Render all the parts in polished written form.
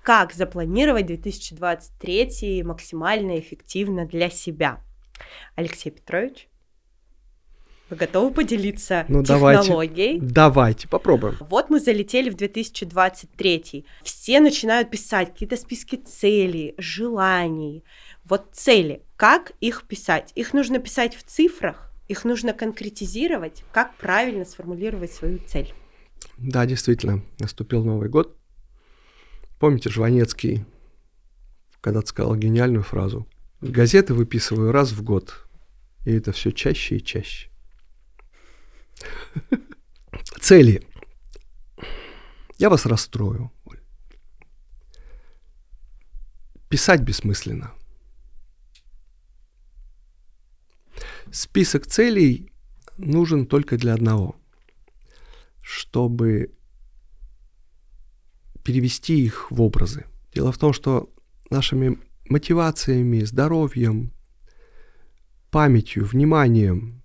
Как запланировать 2023 максимально эффективно для себя? Алексей Петрович, вы готовы поделиться технологией? Давайте, попробуем. Вот мы залетели в 2023. Все начинают писать какие-то списки целей, желаний. Вот цели. Как их писать? Их нужно писать в цифрах, их нужно конкретизировать. Как правильно сформулировать свою цель? Да, действительно, наступил Новый год. Помните, Жванецкий когда-то сказал гениальную фразу: «Газеты выписываю раз в год, и это все чаще и чаще». Цели. Я вас расстрою. Писать бессмысленно. Список целей нужен только для одного, чтобы перевести их в образы. Дело в том, что нашими мотивациями, здоровьем, памятью, вниманием,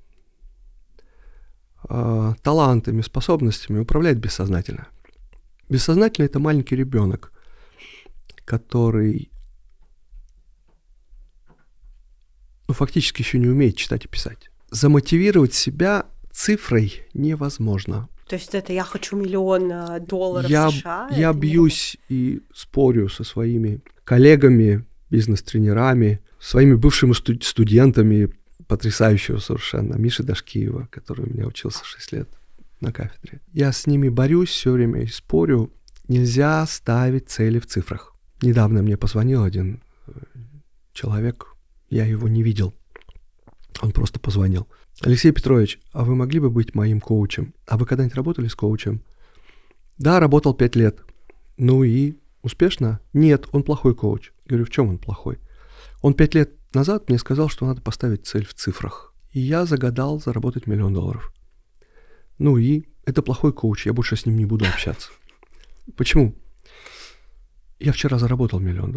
талантами, способностями управляет бессознательно. Бессознательно — это маленький ребенок, который фактически еще не умеет читать и писать. Замотивировать себя цифрой невозможно. То есть это «я хочу $1 миллион США»? Я бьюсь и спорю со своими коллегами, бизнес-тренерами, своими бывшими студентами, потрясающего совершенно, Миши Дашкиева, который у меня учился 6 лет на кафедре. Я с ними борюсь все время и спорю. Нельзя ставить цели в цифрах. Недавно мне позвонил один человек, я его не видел. Он просто позвонил. Алексей Петрович, а вы могли бы быть моим коучем? А вы когда-нибудь работали с коучем? Да, работал 5 лет. Ну и успешно? Нет, он плохой коуч. Говорю, в чем он плохой? Он 5 лет назад мне сказал, что надо поставить цель в цифрах. И я загадал заработать $1 миллион. Ну и это плохой коуч, я больше с ним не буду общаться. Почему? Я вчера заработал $1 миллион.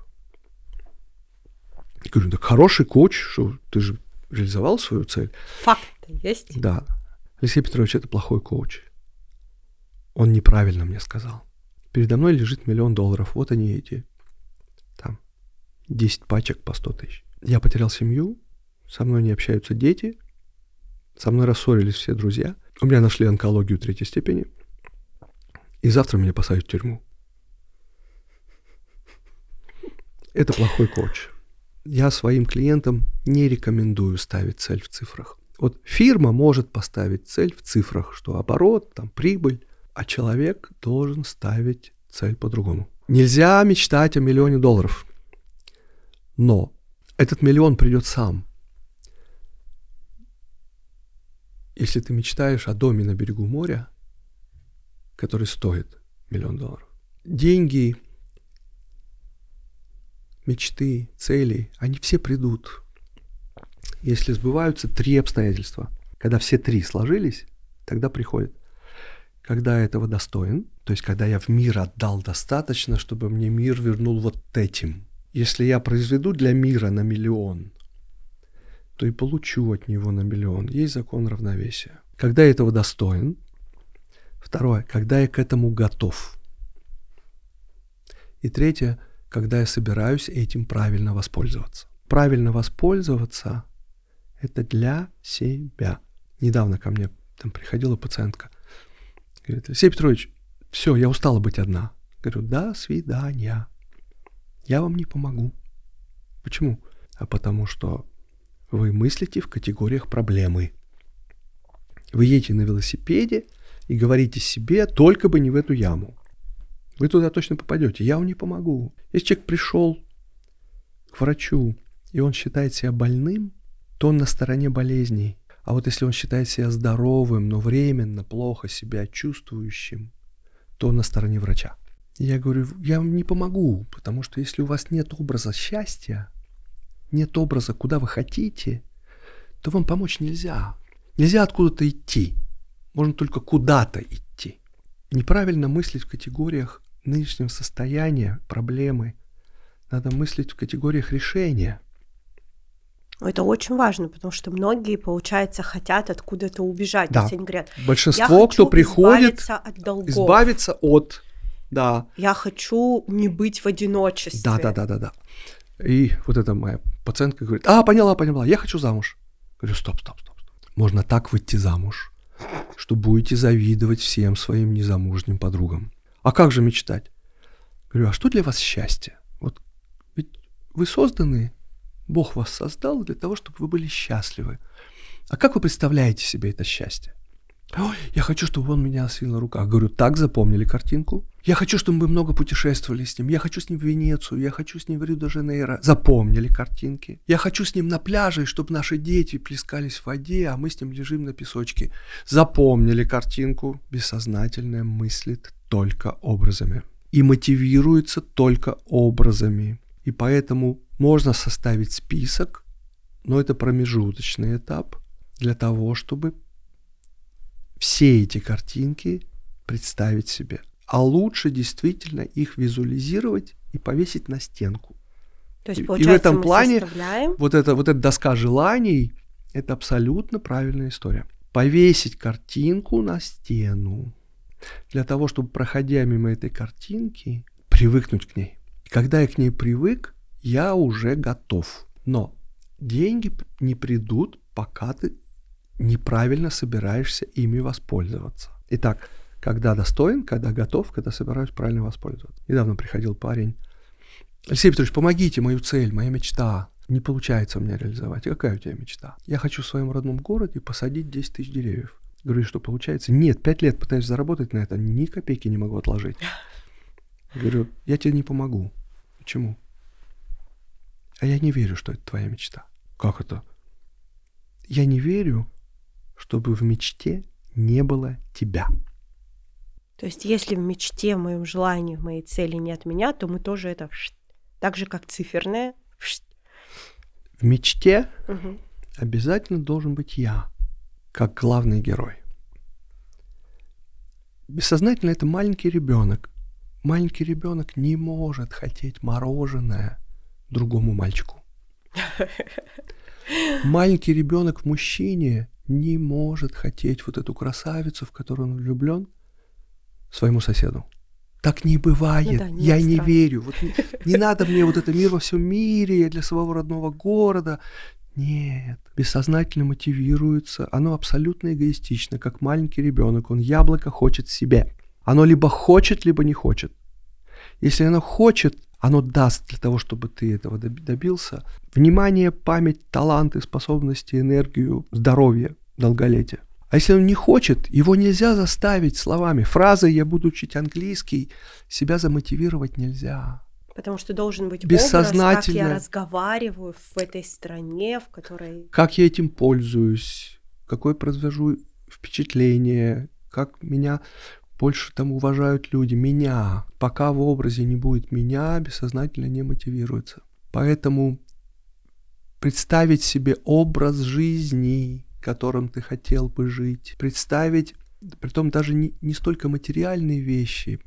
Я говорю, так хороший коуч, что ты же реализовал свою цель. Факты есть? Да. Алексей Петрович, это плохой коуч. Он неправильно мне сказал. Передо мной лежит $1 миллион. Вот они эти, там, 10 пачек по 100 тысяч. Я потерял семью, со мной не общаются дети, со мной рассорились все друзья. У меня нашли онкологию 3-й степени. И завтра меня посадят в тюрьму. Это плохой коуч. Я своим клиентам не рекомендую ставить цель в цифрах. Вот фирма может поставить цель в цифрах, что оборот, там, прибыль, а человек должен ставить цель по-другому. Нельзя мечтать о $1 миллионе. Но этот миллион придет сам. Если ты мечтаешь о доме на берегу моря, который стоит $1 миллион. Деньги, мечты, цели, они все придут, если сбываются 3 обстоятельства. Когда все 3 сложились, тогда приходит. Когда я этого достоин, то есть когда я в мир отдал достаточно, чтобы мне мир вернул вот этим. Если я произведу для мира на $1 миллион, то и получу от него на $1 миллион. Есть закон равновесия. Когда я этого достоин. Второе, когда я к этому готов. И третье, когда я собираюсь этим правильно воспользоваться. Правильно воспользоваться – это для себя. Недавно ко мне там приходила пациентка. Говорит, Алексей Петрович, все, я устала быть одна. Говорю, до свидания. Я вам не помогу. Почему? А потому что вы мыслите в категориях проблемы. Вы едете на велосипеде и говорите себе, только бы не в эту яму. Вы туда точно попадете. Я вам не помогу. Если человек пришел к врачу, и он считает себя больным, то он на стороне болезней. А вот если он считает себя здоровым, но временно плохо себя чувствующим, то он на стороне врача. Я говорю, я вам не помогу, потому что если у вас нет образа счастья, нет образа, куда вы хотите, то вам помочь нельзя. Нельзя откуда-то идти. Можно только куда-то идти. Неправильно мыслить в категориях нынешнего состояния, проблемы. Надо мыслить в категориях решения. Это очень важно, потому что многие, получается, хотят откуда-то убежать. Да. То есть они говорят, большинство, кто приходит, избавиться от долгов. избавиться от... Да. Я хочу не быть в одиночестве. Да. И вот эта моя пациентка говорит: поняла, я хочу замуж. Говорю: стоп. Можно так выйти замуж, что будете завидовать всем своим незамужним подругам. А как же мечтать? Говорю: а что для вас счастье? Вот ведь вы созданы, Бог вас создал для того, чтобы вы были счастливы. А как вы представляете себе это счастье? Ой, я хочу, чтобы он меня носил на руках. Говорю: так, запомнили картинку? Я хочу, чтобы мы много путешествовали с ним. Я хочу с ним в Венецию, я хочу с ним в Рио-де-Жанейро. Запомнили картинки? Я хочу с ним на пляже, чтобы наши дети плескались в воде, а мы с ним лежим на песочке. Запомнили картинку? Бессознательное мыслит только образами. И мотивируется только образами. И поэтому можно составить список, но это промежуточный этап для того, чтобы все эти картинки представить себе. А лучше действительно их визуализировать и повесить на стенку. То есть, и получается, в этом мы плане составляем... вот эта доска желаний – это абсолютно правильная история. Повесить картинку на стену для того, чтобы, проходя мимо этой картинки, привыкнуть к ней. И когда я к ней привык, я уже готов. Но деньги не придут, пока ты неправильно собираешься ими воспользоваться. Итак, когда достоин, когда готов, когда собираюсь правильно воспользоваться. Недавно приходил парень: Алексей Петрович, помогите, мою цель, моя мечта. Не получается у меня реализовать. Какая у тебя мечта? Я хочу в своем родном городе посадить 10 тысяч деревьев. Говорю: что получается? Нет, 5 лет пытаюсь заработать на это, ни копейки не могу отложить. Говорю: я тебе не помогу. Почему? А я не верю, что это твоя мечта. Как это? Я не верю, чтобы в мечте не было тебя. То есть, если в мечте, в моем желании, в моей цели нет меня, то мы тоже это так же, как циферное. В мечте обязательно должен быть я, как главный герой. Бессознательно это маленький ребенок. Маленький ребенок не может хотеть мороженое другому мальчику. Маленький ребенок в мужчине не может хотеть вот эту красавицу, в которую он влюблен, своему соседу. Так не бывает. Ну да, я не верю. Вот не надо мне вот это мир во всем мире для своего родного города. Нет. Бессознательно мотивируется. Оно абсолютно эгоистично, как маленький ребенок. Он яблоко хочет себе. Оно либо хочет, либо не хочет. Если оно хочет, оно даст для того, чтобы ты этого добился. Внимание, память, таланты, способности, энергию, здоровье, долголетие. А если он не хочет, его нельзя заставить словами. Фразой «я буду учить английский» себя замотивировать нельзя. Потому что должен быть бессознательно, образ, как я разговариваю в этой стране, в которой... Как я этим пользуюсь, какое произвожу впечатление, как меня больше там уважают люди. Меня. Пока в образе не будет меня, бессознательно не мотивируется. Поэтому представить себе образ жизни, которым ты хотел бы жить, представить, притом даже не столько материальные вещи,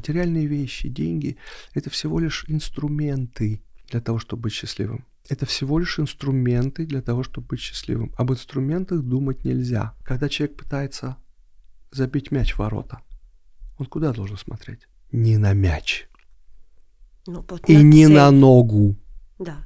деньги, это всего лишь инструменты для того, чтобы быть счастливым. Это всего лишь инструменты для того, чтобы быть счастливым. Об инструментах думать нельзя. Когда человек пытается забить мяч в ворота, он куда должен смотреть? Не на мяч. Вот и не цель. на ногу. Да.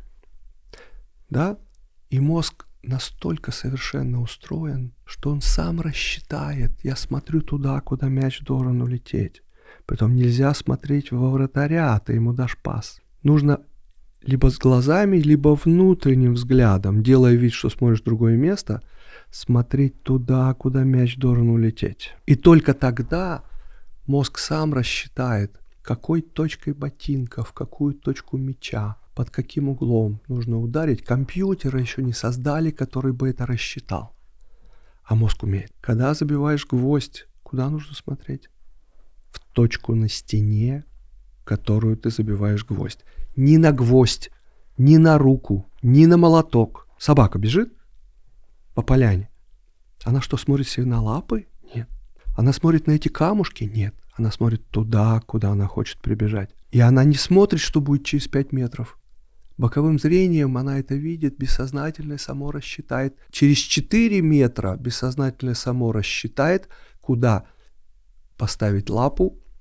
Да? И мозг настолько совершенно устроен, что он сам рассчитает. Я смотрю туда, куда мяч должен улететь. Притом нельзя смотреть во вратаря, ты ему дашь пас. Нужно либо с глазами, либо внутренним взглядом, делая вид, что смотришь в другое место, смотреть туда, куда мяч должен улететь. И только тогда мозг сам рассчитает, какой точкой ботинка, в какую точку мяча, под каким углом нужно ударить. Компьютера еще не создали, который бы это рассчитал. А мозг умеет. Когда забиваешь гвоздь, куда нужно смотреть? В точку на стене, в которую ты забиваешь гвоздь. Ни на гвоздь, ни на руку, ни на молоток. Собака бежит по поляне. Она что, смотрит себе на лапы? Нет. Она смотрит на эти камушки? Нет. Она смотрит туда, куда она хочет прибежать. И она не смотрит, что будет через 5 метров. Боковым зрением она это видит, бессознательное само рассчитает. Через 4 метра бессознательное само рассчитает, куда поставить лапу,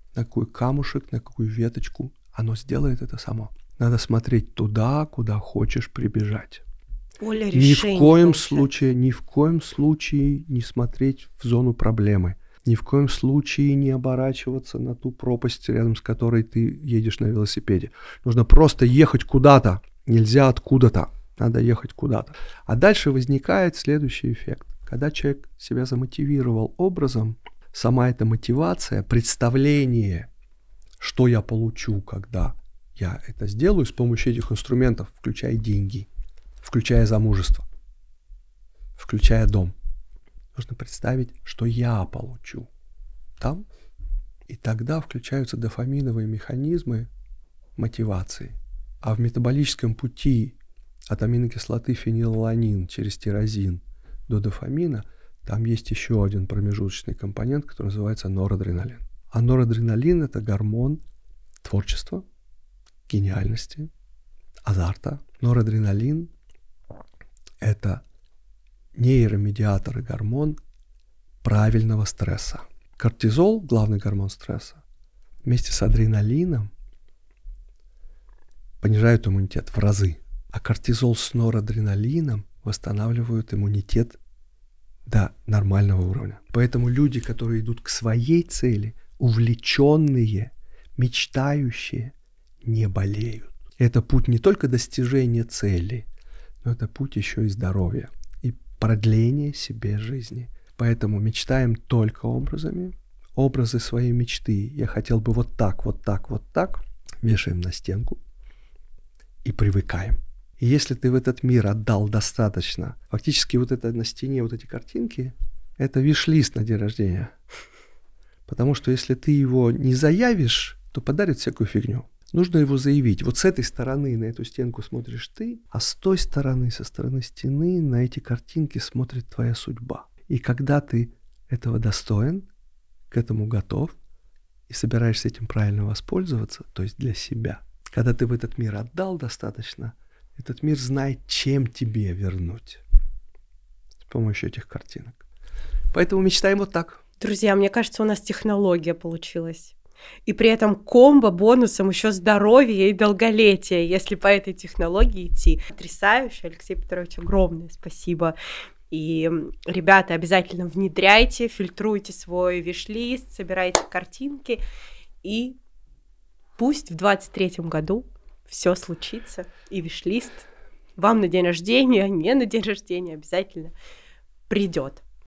на какой камушек, на какую веточку. Оно сделает это само. Надо смотреть туда, куда хочешь прибежать. Поле решений, Ни в коем случае не смотреть в зону проблемы. Ни в коем случае не оборачиваться на ту пропасть, рядом с которой ты едешь на велосипеде. Нужно просто ехать куда-то. Нельзя откуда-то. Надо ехать куда-то. А дальше возникает следующий эффект. Когда человек себя замотивировал образом, сама эта мотивация, представление, что я получу, когда я это сделаю с помощью этих инструментов, включая деньги, включая замужество, включая дом. Нужно представить, что я получу там, и тогда включаются дофаминовые механизмы мотивации. А в метаболическом пути от аминокислоты фенилаланин через тирозин до дофамина там есть еще один промежуточный компонент, который называется норадреналин. А норадреналин – это гормон творчества, гениальности, азарта. Норадреналин – это нейромедиатор и гормон правильного стресса. Кортизол, главный гормон стресса, вместе с адреналином понижают иммунитет в разы. А кортизол с норадреналином восстанавливают иммунитет до нормального уровня. Поэтому люди, которые идут к своей цели, увлеченные, мечтающие, не болеют. Это путь не только достижения цели, но это путь еще и здоровья и продления себе жизни. Поэтому мечтаем только образами. Образы своей мечты я хотел бы вот так, вот так, вот так. Вешаем на стенку и привыкаем. И если ты в этот мир отдал достаточно, фактически вот это на стене, вот эти картинки, это виш-лист на день рождения. Потому что если ты его не заявишь, то подарят всякую фигню. Нужно его заявить. Вот с этой стороны на эту стенку смотришь ты, а с той стороны, со стороны стены, на эти картинки смотрит твоя судьба. И когда ты этого достоин, к этому готов, и собираешься этим правильно воспользоваться, то есть для себя, когда ты в этот мир отдал достаточно, этот мир знает, чем тебе вернуть с помощью этих картинок. Поэтому мечтаем вот так. Друзья, мне кажется, у нас технология получилась. И при этом комбо бонусом еще здоровье и долголетие, если по этой технологии идти. Потрясающе, Алексей Петрович, огромное спасибо. И, ребята, обязательно внедряйте, фильтруйте свой виш-лист, собирайте картинки, и пусть в 2023 году все случится, и виш-лист вам на день рождения, не на день рождения, обязательно придет.